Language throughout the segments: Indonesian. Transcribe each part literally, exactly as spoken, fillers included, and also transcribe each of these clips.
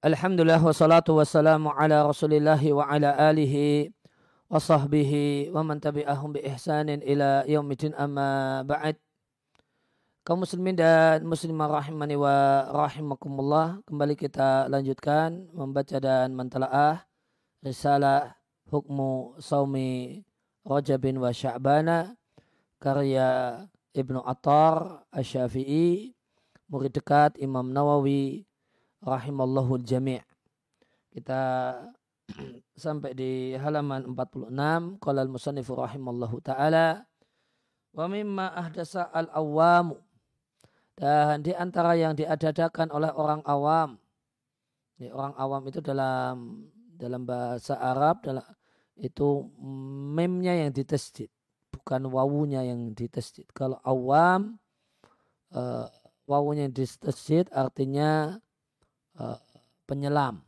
Alhamdulillah wassalatu wassalamu ala rasulillahi wa ala alihi wa sahbihi wa man tabi'ahum bi ihsanin ila yaumidin amma ba'd. Kaum muslimin dan muslimah rahimani wa rahimakumullah, kembali kita lanjutkan membaca dan mentalaah risalah hukmu saumi Rajabin wa Sya'bana karya Ibnu Attar Asy-Syafi'i, murid dekat Imam Nawawi rahimallahu jami'. Kita sampai di halaman empat puluh enam. Qala al-musannifu rahimallahu ta'ala wa mimma ahdasa al-awwamu, dan di antara yang diadakan oleh orang awam. Ini orang awam itu dalam dalam bahasa Arab dalam, itu memnya yang ditasdid, bukan wawunya yang ditasdid. Kalau awam uh, wawunya yang ditasdid artinya Uh, penyelam.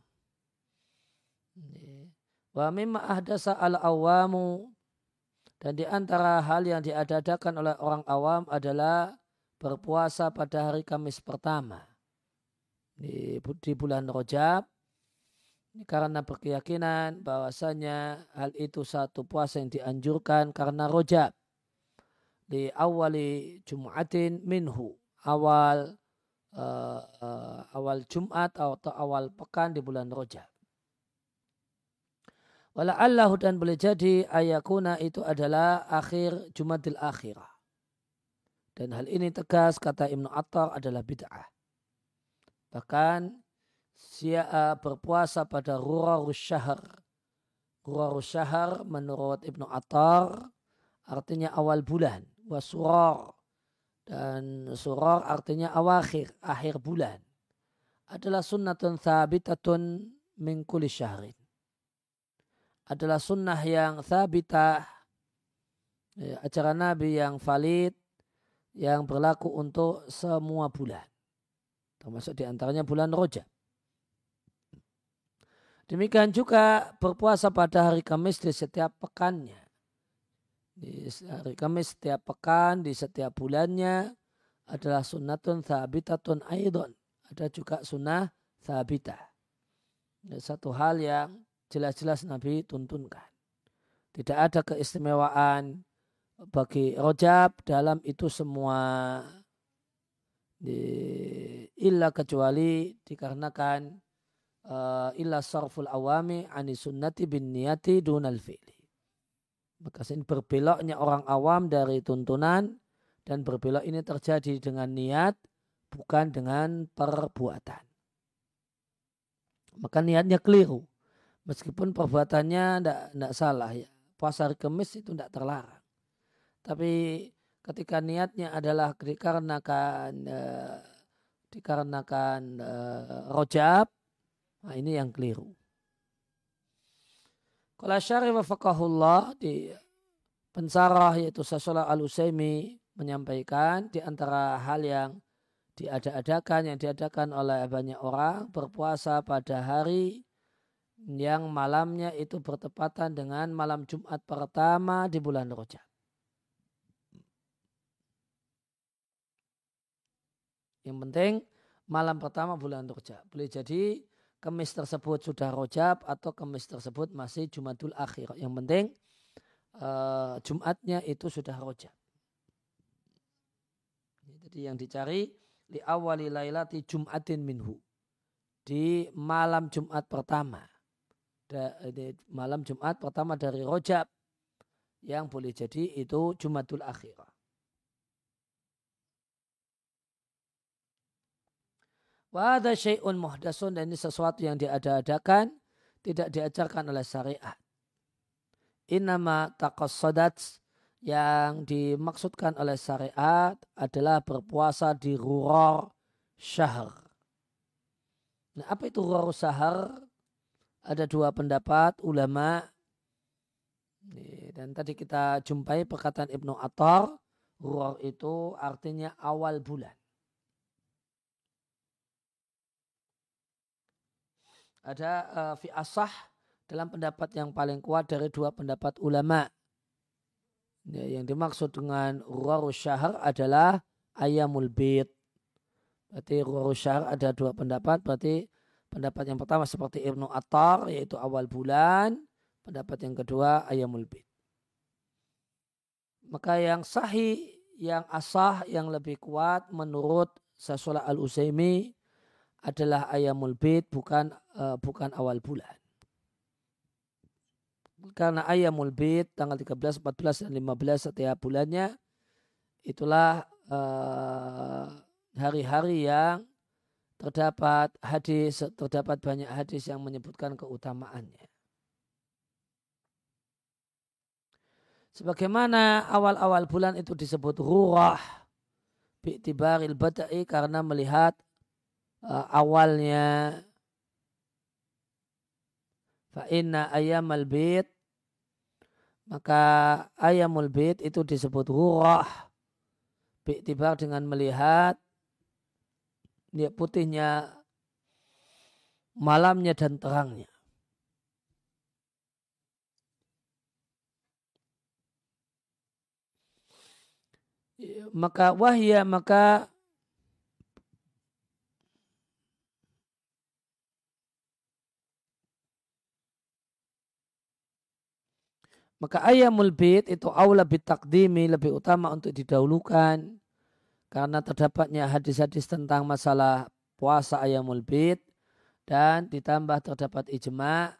Wa mimma ahdasa al-awamu, dan di antara hal yang diadakan oleh orang awam adalah berpuasa pada hari Kamis pertama di, di bulan Rajab, karena berkeyakinan bahwasanya hal itu satu puasa yang dianjurkan karena Rajab di awali Jum'atin minhu, awal Uh, uh, awal Jumat atau awal pekan di bulan Rajab. Wala'allahu, dan boleh jadi ayakuna itu adalah akhir Jumatil akhirah. Dan hal ini tegas kata Ibnu Attar adalah bid'ah. Bahkan si'a berpuasa pada Rurarus Syahr. Rurarus Syahr menurut Ibnu Attar artinya awal bulan. Wasurar, dan suror artinya awakhir, akhir bulan, adalah sunnatun thabitatun min kulli syahrin. Adalah sunnah yang thabitah, ya, ajaran Nabi yang valid, yang berlaku untuk semua bulan, termasuk diantaranya bulan Rajab. Demikian juga berpuasa pada hari Kamis di setiap pekannya. Di hari Kamis setiap pekan, di setiap bulannya adalah sunnatun thabitatun aidon. Ada juga sunnah thabitah. Satu hal yang jelas-jelas Nabi tuntunkan. Tidak ada keistimewaan bagi Rajab dalam itu semua. Di, illa kecuali dikarenakan uh, illa sarful awami ani sunnati bin niyati dunal fi'li. Maka ini berbeloknya orang awam dari tuntunan, dan berbelok ini terjadi dengan niat, bukan dengan perbuatan. Maka niatnya keliru. Meskipun perbuatannya tidak salah. Ya. Puasa hari Kamis itu tidak terlarang. Tapi ketika niatnya adalah dikarenakan, eh, dikarenakan eh, Rajab, nah ini yang keliru. Qala syarih wa faqahullah, di pensarah yaitu Syaikh Al-Utsaimin menyampaikan di antara hal yang diada-adakan yang diadakan oleh banyak orang berpuasa pada hari yang malamnya itu bertepatan dengan malam Jumat pertama di bulan Rajab. Yang penting malam pertama bulan Rajab. Boleh jadi Kamis tersebut sudah Rajab atau Kamis tersebut masih Jumatul Akhir. Yang penting uh, Jumatnya itu sudah Rajab. Jadi yang dicari li awali lailati Jum'atin minhu, di malam Jumat pertama. Di malam Jumat pertama dari Rajab, yang boleh jadi itu Jumatul Akhir. Wa hadza syai'un muhdatsun, dan ini sesuatu yang diada-adakan, tidak diajarkan oleh syariat. Innama taqassadat, yang dimaksudkan oleh syariat adalah berpuasa di Rurar Syahr. Nah, apa itu Rurar Syahr? Ada dua pendapat ulama. Dan tadi kita jumpai perkataan Ibnu Attar, Rurar itu artinya awal bulan. Ada uh, fi asah, dalam pendapat yang paling kuat dari dua pendapat ulama. Ya, yang dimaksud dengan Ruwarus Syahr adalah Ayamul Bid. Berarti Ruwarus Syahr ada dua pendapat, berarti Pendapat yang pertama seperti Ibnu Attar, yaitu awal bulan. Pendapat yang kedua Ayyamul Bid. Maka yang sahih, yang asah, yang lebih kuat menurut Syaikh Al-Utsaimin adalah Ayyamul Bid, bukan uh, bukan awal bulan. Karena Ayyamul Bid tanggal tiga belas, empat belas, dan lima belas setiap bulannya itulah uh, hari-hari yang terdapat hadis, terdapat banyak hadis yang menyebutkan keutamaannya. Sebagaimana awal-awal bulan itu disebut rurah bi'tibaril bada'i karena melihat uh, awalnya. Fa inna ayyamal bid, maka ayyamul bid itu disebut rurah bi'tibar dengan melihat dia putihnya malamnya dan terangnya. Maka wahya maka maka ayyamul bid itu aula bitakdimi, lebih utama untuk didahulukan karena terdapatnya hadis-hadis tentang masalah puasa ayyamul bid dan ditambah terdapat ijma'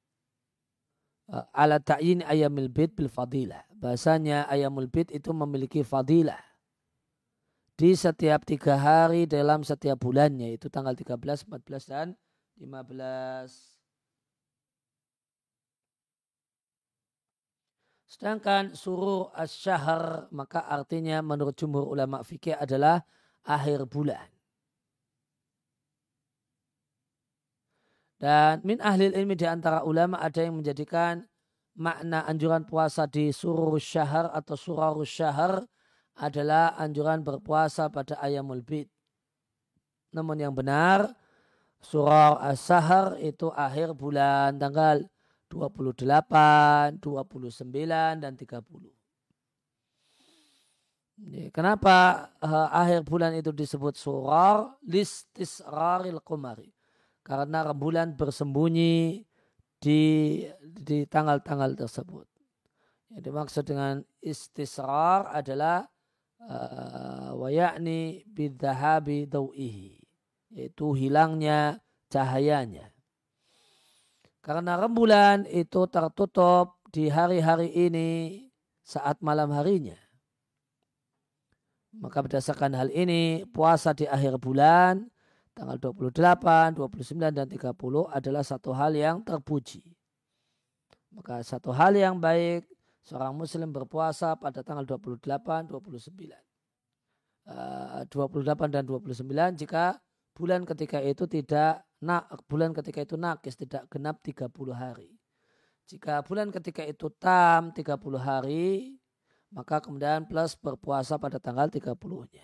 ala ta'yin ayyamul bid bil fadilah. Bahasanya ayyamul bid itu memiliki fadilah di setiap tiga hari dalam setiap bulannya, itu tanggal tiga belas, empat belas, dan lima belas. Sedangkan suruh asy-syahr maka artinya menurut jumhur ulama fikih adalah akhir bulan. Dan min ahli ilmi di antara ulama ada yang menjadikan makna anjuran puasa di suruh syahr atau surah syahr adalah anjuran berpuasa pada ayyamul bid. Namun yang benar surah as-syahr itu akhir bulan tanggal dua puluh delapan, dua puluh sembilan, dan tiga puluh. Kenapa uh, akhir bulan itu disebut surah? Listisraril qumari. Karena rembulan bersembunyi di di tanggal-tanggal tersebut. Yang dimaksud dengan istisrar adalah uh, wa ya'ni bidhahabi dawihi, yaitu hilangnya cahayanya. Karena rembulan itu tertutup di hari-hari ini saat malam harinya. Maka berdasarkan hal ini, puasa di akhir bulan, tanggal dua puluh delapan, dua puluh sembilan, dan tiga puluh adalah satu hal yang terpuji. Maka satu hal yang baik, seorang muslim berpuasa pada tanggal dua puluh delapan, dua puluh sembilan. dua puluh delapan dan dua puluh sembilan jika bulan ketika itu tidak nak bulan ketika itu nakis, tidak genap tiga puluh hari. Jika bulan ketika itu tam tiga puluh hari, maka kemudian plus berpuasa pada tanggal tiga puluh-nya.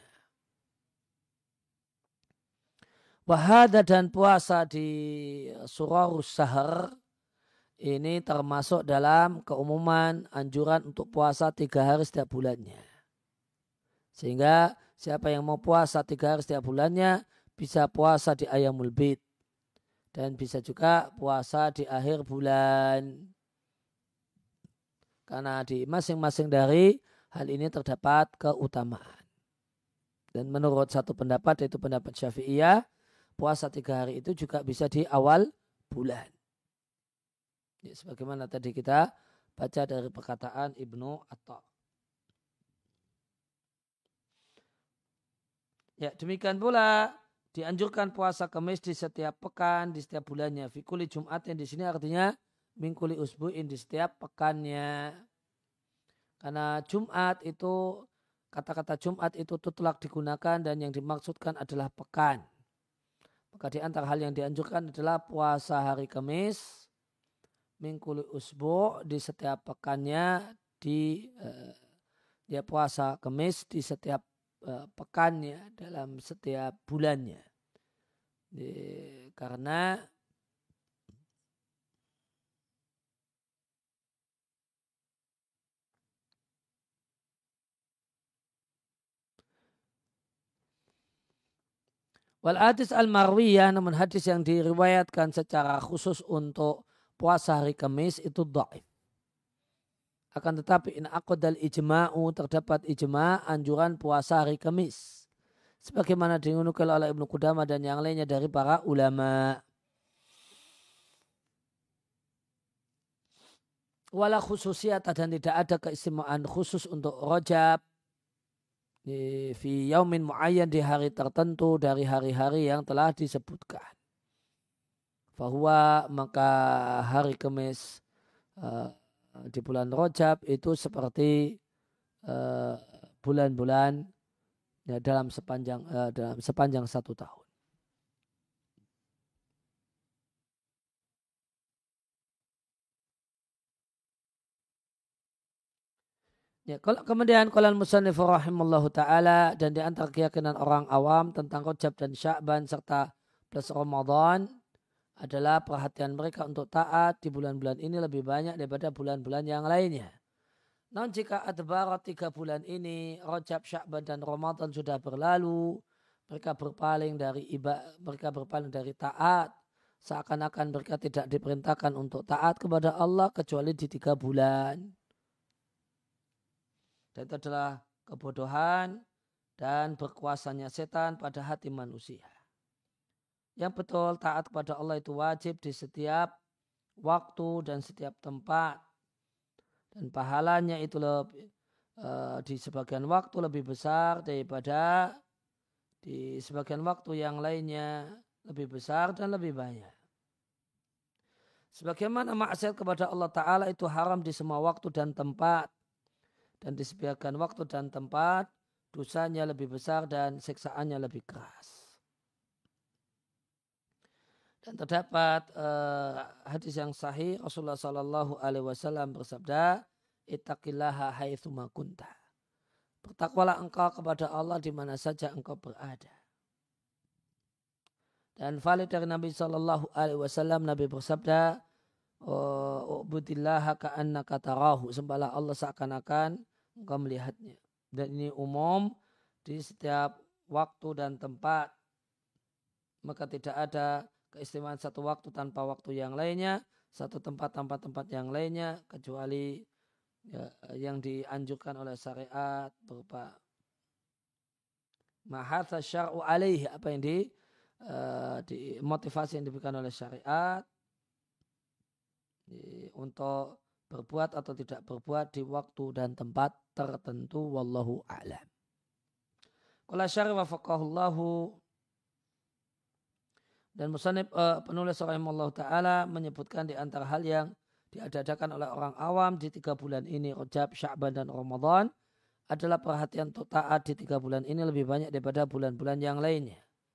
Wahada dan puasa di surah syahr ini termasuk dalam keumuman anjuran untuk puasa tiga hari setiap bulannya. Sehingga siapa yang mau puasa tiga hari setiap bulannya bisa puasa di ayyamul bid. Dan bisa juga puasa di akhir bulan. Karena di masing-masing dari hal ini terdapat keutamaan. Dan menurut satu pendapat, yaitu pendapat Syafi'iyah, puasa tiga hari itu juga bisa di awal bulan. Ya, sebagaimana tadi kita baca dari perkataan Ibnu Attar. Ya, demikian pula dianjurkan puasa Kamis di setiap pekan, di setiap bulannya. Fikuli Jumat yang di sini artinya mingkuli usbu'in, di setiap pekannya. Karena Jumat itu, kata-kata Jumat itu tutlak digunakan dan yang dimaksudkan adalah pekan. Maka di antara hal yang dianjurkan adalah puasa hari Kamis, mingkuli usbu' di setiap pekannya, di eh, dia puasa Kamis di setiap eh, pekannya dalam setiap bulannya. Di, karena Wal hadis al-marwiyah, namun hadis yang diriwayatkan secara khusus untuk puasa hari Kamis itu dhaif. Akan tetapi in aqdal ijma'u, terdapat ijma' anjuran puasa hari Kamis. Sebagaimana dinukil oleh Ibnu Qudamah dan yang lainnya dari para ulama. Wala khususiyat, dan tidak ada keistimewaan khusus untuk Rajab fi yaumin muayyan, di hari tertentu dari hari-hari yang telah disebutkan. Bahwa maka hari Kamis uh, di bulan Rajab itu seperti uh, bulan-bulan ya, dalam sepanjang uh, dalam sepanjang satu tahun. Ya, kalau kemudian qala al-musannif rahimallahu taala, dan di antara keyakinan orang awam tentang Rajab dan Sya'ban serta plus Ramadan adalah perhatian mereka untuk taat di bulan-bulan ini lebih banyak daripada bulan-bulan yang lainnya. Namun jika adbarat tiga bulan ini, Rajab, Sya'ban dan Ramadan sudah berlalu, mereka berpaling dari ibadah, mereka berpaling dari taat, seakan-akan mereka tidak diperintahkan untuk taat kepada Allah kecuali di tiga bulan. Dan itu adalah kebodohan dan berkuasanya setan pada hati manusia. Yang betul, taat kepada Allah itu wajib di setiap waktu dan setiap tempat. Dan pahalanya itu lebih, uh, di sebagian waktu lebih besar daripada di sebagian waktu yang lainnya, lebih besar dan lebih banyak. Sebagaimana maksiat kepada Allah Ta'ala itu haram di semua waktu dan tempat. Dan di sebagian waktu dan tempat dosanya lebih besar dan siksaannya lebih keras. Dan terdapat uh, hadis yang sahih, Rasulullah Sallallahu Alaihi Wasallam bersabda, ittaqillaha haitsu ma kunta. Bertakwalah engkau kepada Allah di mana saja engkau berada. Dan valid dari Nabi Sallallahu Alaihi Wasallam, Nabi bersabda, ubudillaha ka'annaka tarahu, sembahlah Allah seakan-akan engkau melihatnya. Dan ini umum di setiap waktu dan tempat. Maka tidak ada keistimewaan satu waktu tanpa waktu yang lainnya, satu tempat tanpa tempat yang lainnya, kecuali ya, yang dianjurkan oleh syariat berupa mahatha syar'u alaihi, apa yang di, uh, di motivasi yang diberikan oleh syariat di, untuk berbuat atau tidak berbuat di waktu dan tempat tertentu. Wallahu a'lam. Qala syari wa faqahullahu. Dan musannif uh, penulis rahimahullah ta'ala menyebutkan di antara hal yang diadakan oleh orang awam di tiga bulan ini, Rajab, Sya'ban dan Ramadan, adalah perhatian untuk taat di tiga bulan ini lebih banyak daripada bulan-bulan yang lainnya.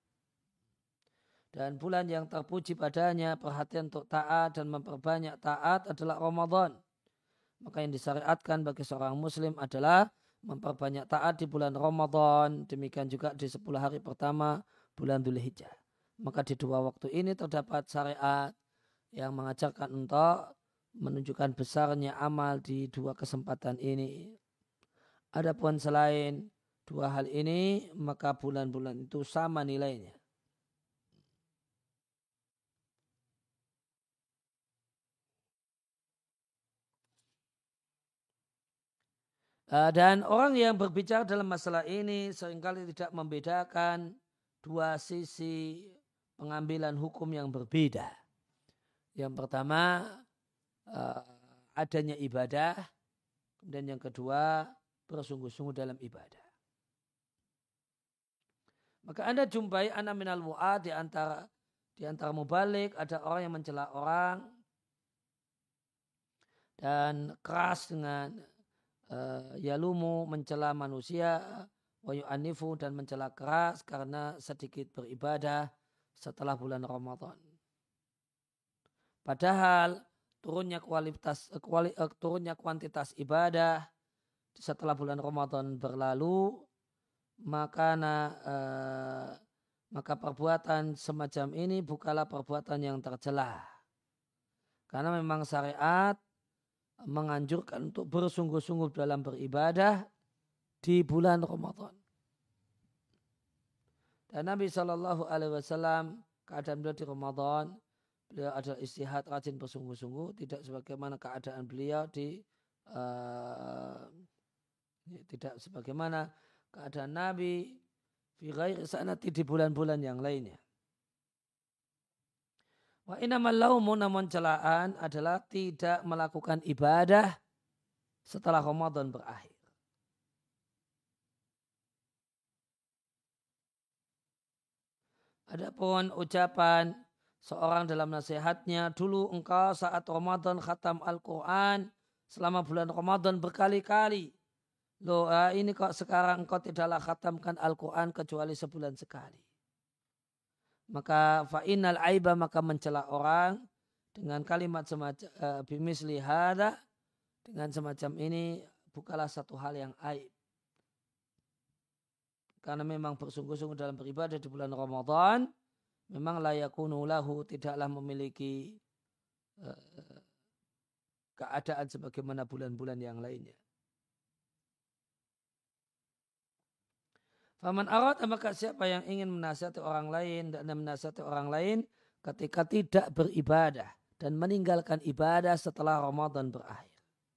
Dan bulan yang terpuji padanya perhatian untuk taat dan memperbanyak taat adalah Ramadan. Maka yang disyariatkan bagi seorang muslim adalah memperbanyak taat di bulan Ramadan, demikian juga di sepuluh hari pertama bulan Dzulhijjah. Maka di dua waktu ini terdapat syariat yang mengajarkan untuk menunjukkan besarnya amal di dua kesempatan ini. Adapun selain dua hal ini, maka bulan-bulan itu sama nilainya. Dan orang yang berbicara dalam masalah ini seringkali tidak membedakan dua sisi pengambilan hukum yang berbeda. Yang pertama, adanya ibadah, dan yang kedua, bersungguh-sungguh dalam ibadah. Maka Anda jumpai ana minal mu'ad, di antara di antara mubalik ada orang yang mencela orang dan keras dengan uh, yalumu, mencela manusia, wa yu'anifu, dan mencela keras karena sedikit beribadah setelah bulan Ramadan. Padahal turunnya kualitas kuali, uh, turunnya kuantitas ibadah setelah bulan Ramadan berlalu, maka uh, maka perbuatan semacam ini bukanlah perbuatan yang tercela. Karena memang syariat menganjurkan untuk bersungguh-sungguh dalam beribadah di bulan Ramadan. Dan Nabi Shallallahu Alaihi Wasallam keadaan beliau di Ramadan, beliau adalah istihad rajin bersungguh-sungguh, tidak sebagaimana keadaan beliau di uh, tidak sebagaimana keadaan Nabi fi ghairi sanati di bulan-bulan yang lainnya. Wa innamal laumu namun celaan adalah tidak melakukan ibadah setelah Ramadan berakhir. Adapun ucapan seorang dalam nasihatnya, dulu engkau saat Ramadan khatam Al-Quran selama bulan Ramadan berkali-kali. Loh ini kok sekarang engkau tidaklah khatamkan Al-Quran kecuali sebulan sekali. Maka fa'inal aiba maka mencela orang dengan kalimat semacam uh, bimisli hada, dengan semacam ini bukanlah satu hal yang aib. Karena memang bersungguh-sungguh dalam beribadah di bulan Ramadan, memang la yakunu lahu tidaklah memiliki uh, keadaan sebagaimana bulan-bulan yang lainnya. Faman arad maka siapa yang ingin menasihati orang lain dan menasihati orang lain ketika tidak beribadah dan meninggalkan ibadah setelah Ramadan berakhir.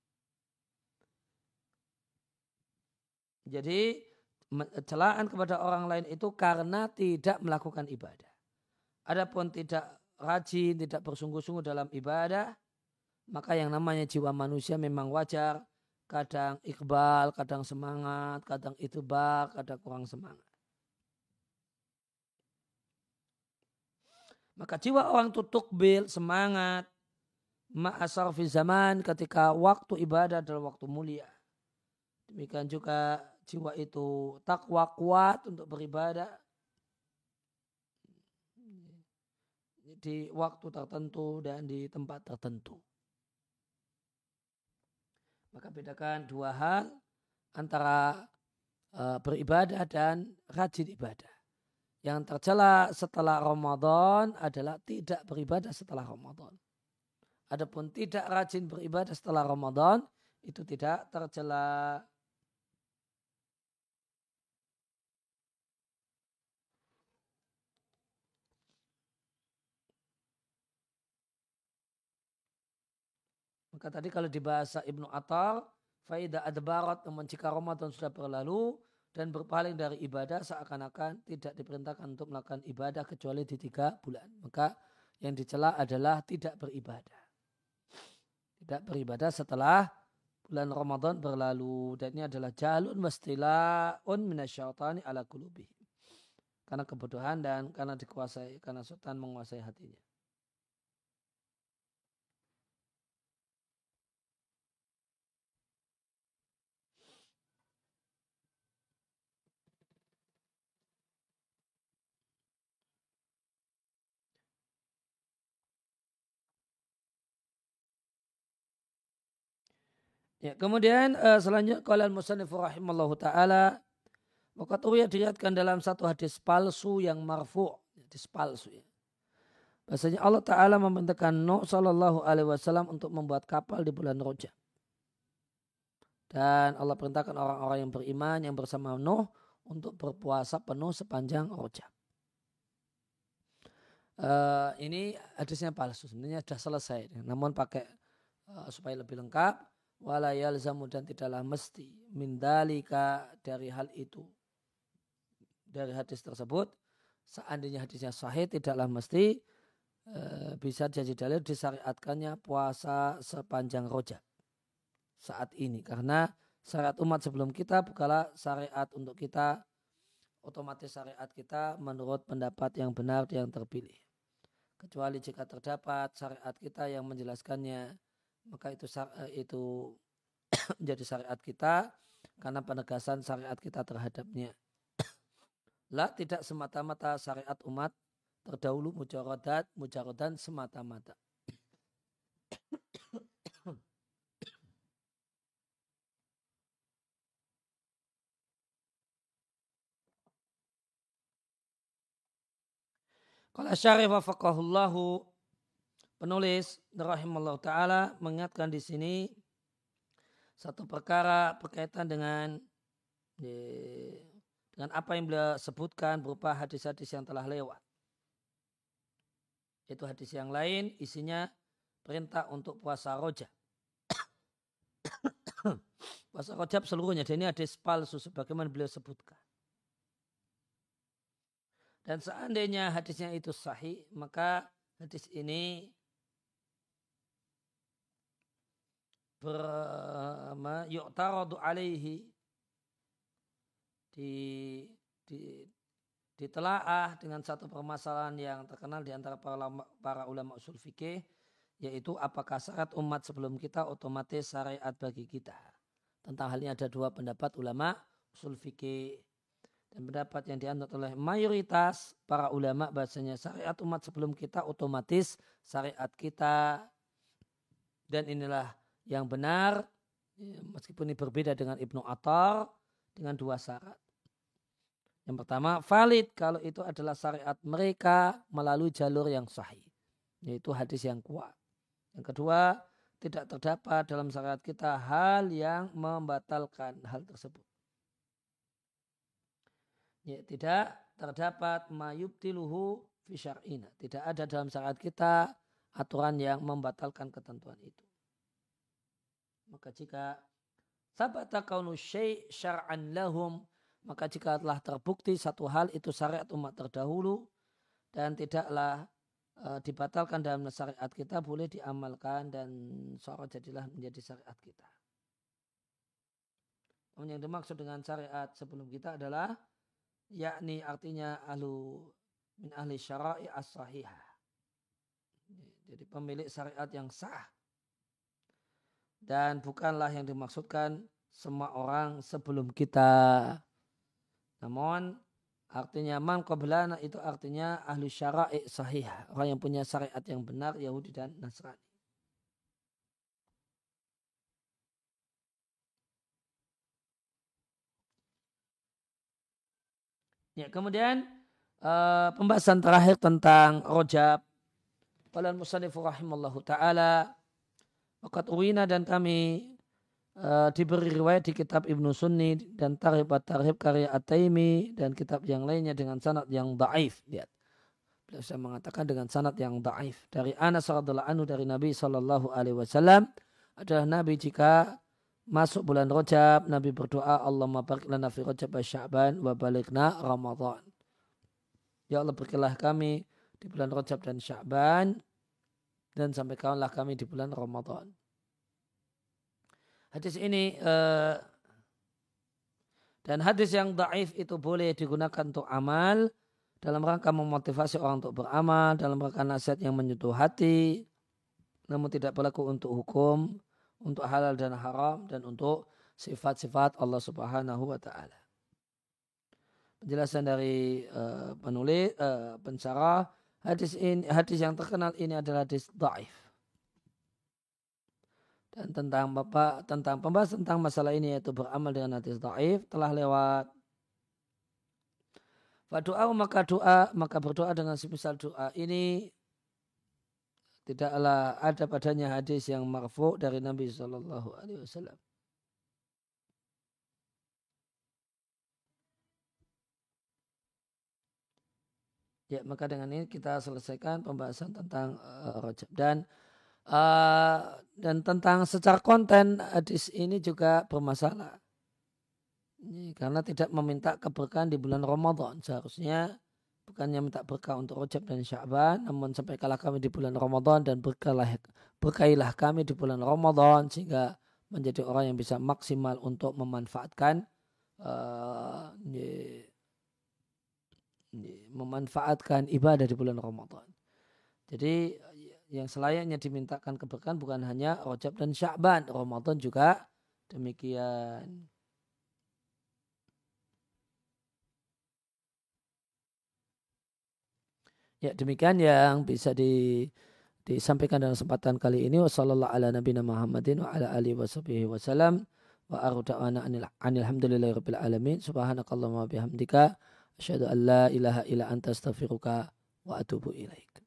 Jadi celaan kepada orang lain itu karena tidak melakukan ibadah. Adapun tidak rajin, tidak bersungguh-sungguh dalam ibadah, maka yang namanya jiwa manusia memang wajar. Kadang iqbal, kadang semangat, kadang itubar, kadang kurang semangat. Maka jiwa orang itu tukbil, semangat, ma'asar fi zaman ketika waktu ibadah adalah waktu mulia. Demikian juga jiwa itu takwa kuat untuk beribadah di waktu tertentu dan di tempat tertentu. Maka bedakan dua hal antara e, beribadah dan rajin ibadah. Yang tercela setelah Ramadan adalah tidak beribadah setelah Ramadan. Adapun tidak rajin beribadah setelah Ramadan itu tidak tercela. Maka tadi kalau di bahasa Ibnu Attar, faida adbarat, namun jika Ramadan sudah berlalu dan berpaling dari ibadah seakan-akan tidak diperintahkan untuk melakukan ibadah kecuali di tiga bulan. Maka yang dicela adalah tidak beribadah. Tidak beribadah setelah bulan Ramadan berlalu. Dan ini adalah jalun wastila'un minasyaitani ala qulubihim. Karena kebodohan dan karena dikuasai, karena setan menguasai hatinya. Ya, kemudian uh, selanjutnya qala al-musannif rahimallahu taala waqad ruwiya diriwayatkan dalam satu hadis palsu yang marfu', hadis palsu ya. Bahasanya Allah taala memerintahkan Nuh sallallahu alaihi wasallam untuk membuat kapal di bulan Rajab. Dan Allah perintahkan orang-orang yang beriman yang bersama Nuh untuk berpuasa penuh sepanjang Rajab. Uh, ini hadisnya palsu, sebenarnya sudah selesai, namun pakai uh, supaya lebih lengkap. Wala yalzamu dan tidaklah mesti mindalika dari hal itu, dari hadis tersebut, seandainya hadisnya sahih tidaklah mesti e, bisa jadi dalil disyariatkannya puasa sepanjang Rajab saat ini, karena syariat umat sebelum kita bukanlah syariat untuk kita, otomatis syariat kita menurut pendapat yang benar yang terpilih, kecuali jika terdapat syariat kita yang menjelaskannya, maka itu itu menjadi syariat kita karena penegasan syariat kita terhadapnya. La tidak semata-mata syariat umat terdahulu mujarodat, mujarodan semata-mata. Qala syarif wa faqahullahu, penulis rahimallahu taala mengingatkan di sini satu perkara berkaitan dengan dengan apa yang beliau sebutkan berupa hadis-hadis yang telah lewat. Itu hadis yang lain isinya perintah untuk puasa Rajab. Puasa Rajab seluruhnya, dan ini hadis palsu sebagaimana beliau sebutkan. Dan seandainya hadisnya itu sahih, maka hadis ini ber yu'taradu alaihi di di ditelaah dengan satu permasalahan yang terkenal di antara para, para ulama usul fikih, yaitu apakah syarat umat sebelum kita otomatis syariat bagi kita. Tentang hal ini ada dua pendapat ulama usul fikih. Dan pendapat yang dianut oleh mayoritas para ulama bahasanya syariat umat sebelum kita otomatis syariat kita. Dan inilah yang benar, meskipun ini berbeda dengan Ibnu Attar, dengan dua syarat. Yang pertama, valid kalau itu adalah syariat mereka melalui jalur yang sahih, yaitu hadis yang kuat. Yang kedua, tidak terdapat dalam syariat kita hal yang membatalkan hal tersebut. Ya, tidak terdapat mayubtiluhu fi syar'ina. Tidak ada dalam syariat kita aturan yang membatalkan ketentuan itu. Maka jika sabata kaunu syai' syar'an lahum, maka jika telah terbukti satu hal itu syariat umat terdahulu dan tidaklah e, dibatalkan dalam syariat kita, boleh diamalkan dan seolah jadilah menjadi syariat kita. Namun yang dimaksud dengan syariat sebelum kita adalah yakni artinya ahlu min ahli syara'i as-sahihah. Jadi pemilik syariat yang sah. Dan bukanlah yang dimaksudkan semua orang sebelum kita. Namun artinya man qablana itu artinya ahli syara'i sahihah. Orang yang punya syariat yang benar, Yahudi dan Nasrani. Ya, kemudian uh, pembahasan terakhir tentang Rajab. Qala al-musannifu rahimallahu ta'ala, waqad uwina, dan kami uh, diberi riwayat di kitab Ibnu Sunni dan Tarhib at-Tarhib karya At-Taimi dan kitab yang lainnya dengan sanad yang dhaif. Lihat. Beliau saya mengatakan dengan sanad yang dhaif. Dari Anas radhiyallahu anhu dari Nabi sallallahu alaihi wasallam, adalah Nabi jika masuk bulan Rajab, Nabi berdoa, Allahumma barik lana fi Rajab wa Sya'ban wa balighna Ramadan. Ya Allah, berkahilah kami di bulan Rajab dan Sya'ban dan sampaikanlah kami di bulan Ramadan. Hadis ini uh, dan hadis yang dhaif itu boleh digunakan untuk amal dalam rangka memotivasi orang untuk beramal, dalam rangka nasihat yang menyentuh hati, namun tidak berlaku untuk hukum, untuk halal dan haram, dan untuk sifat-sifat Allah Subhanahu wa ta'ala. Penjelasan dari uh, penulis, uh, pensyarah, hadis ini, hadis yang terkenal ini adalah hadis dhaif. Dan tentang Bapak, tentang pembahasan tentang masalah ini yaitu beramal dengan hadis dhaif telah lewat. Fadu'a maka doa, maka berdoa dengan semisal doa ini tidaklah ada padanya hadis yang marfu dari Nabi Sallallahu Alaihi Wasallam. Ya, maka dengan ini kita selesaikan pembahasan tentang uh, Rajab dan uh, dan tentang secara konten hadis ini juga bermasalah. Ini karena tidak meminta keberkahan di bulan Ramadan. Seharusnya bukannya minta berkah untuk Rajab dan Sya'ban, namun sampaikanlah kami di bulan Ramadan dan berkailah, berkailah kami di bulan Ramadan sehingga menjadi orang yang bisa maksimal untuk memanfaatkan uh, ye, ye, memanfaatkan ibadah di bulan Ramadan. Jadi yang selayaknya dimintakan keberkahan bukan hanya Rajab dan Sya'ban, Ramadan juga demikian. Ya, demikian yang bisa di, disampaikan dalam kesempatan kali ini. Wassallallahu ala nabiyina Muhammadin wa ala alihi washabihi wasallam wa aruda'ana anil hamdulillahi rabbil alamin. Subhanakallahumma bihamdika asyhadu an la ilaha illa anta astaghfiruka wa atubu ilaik.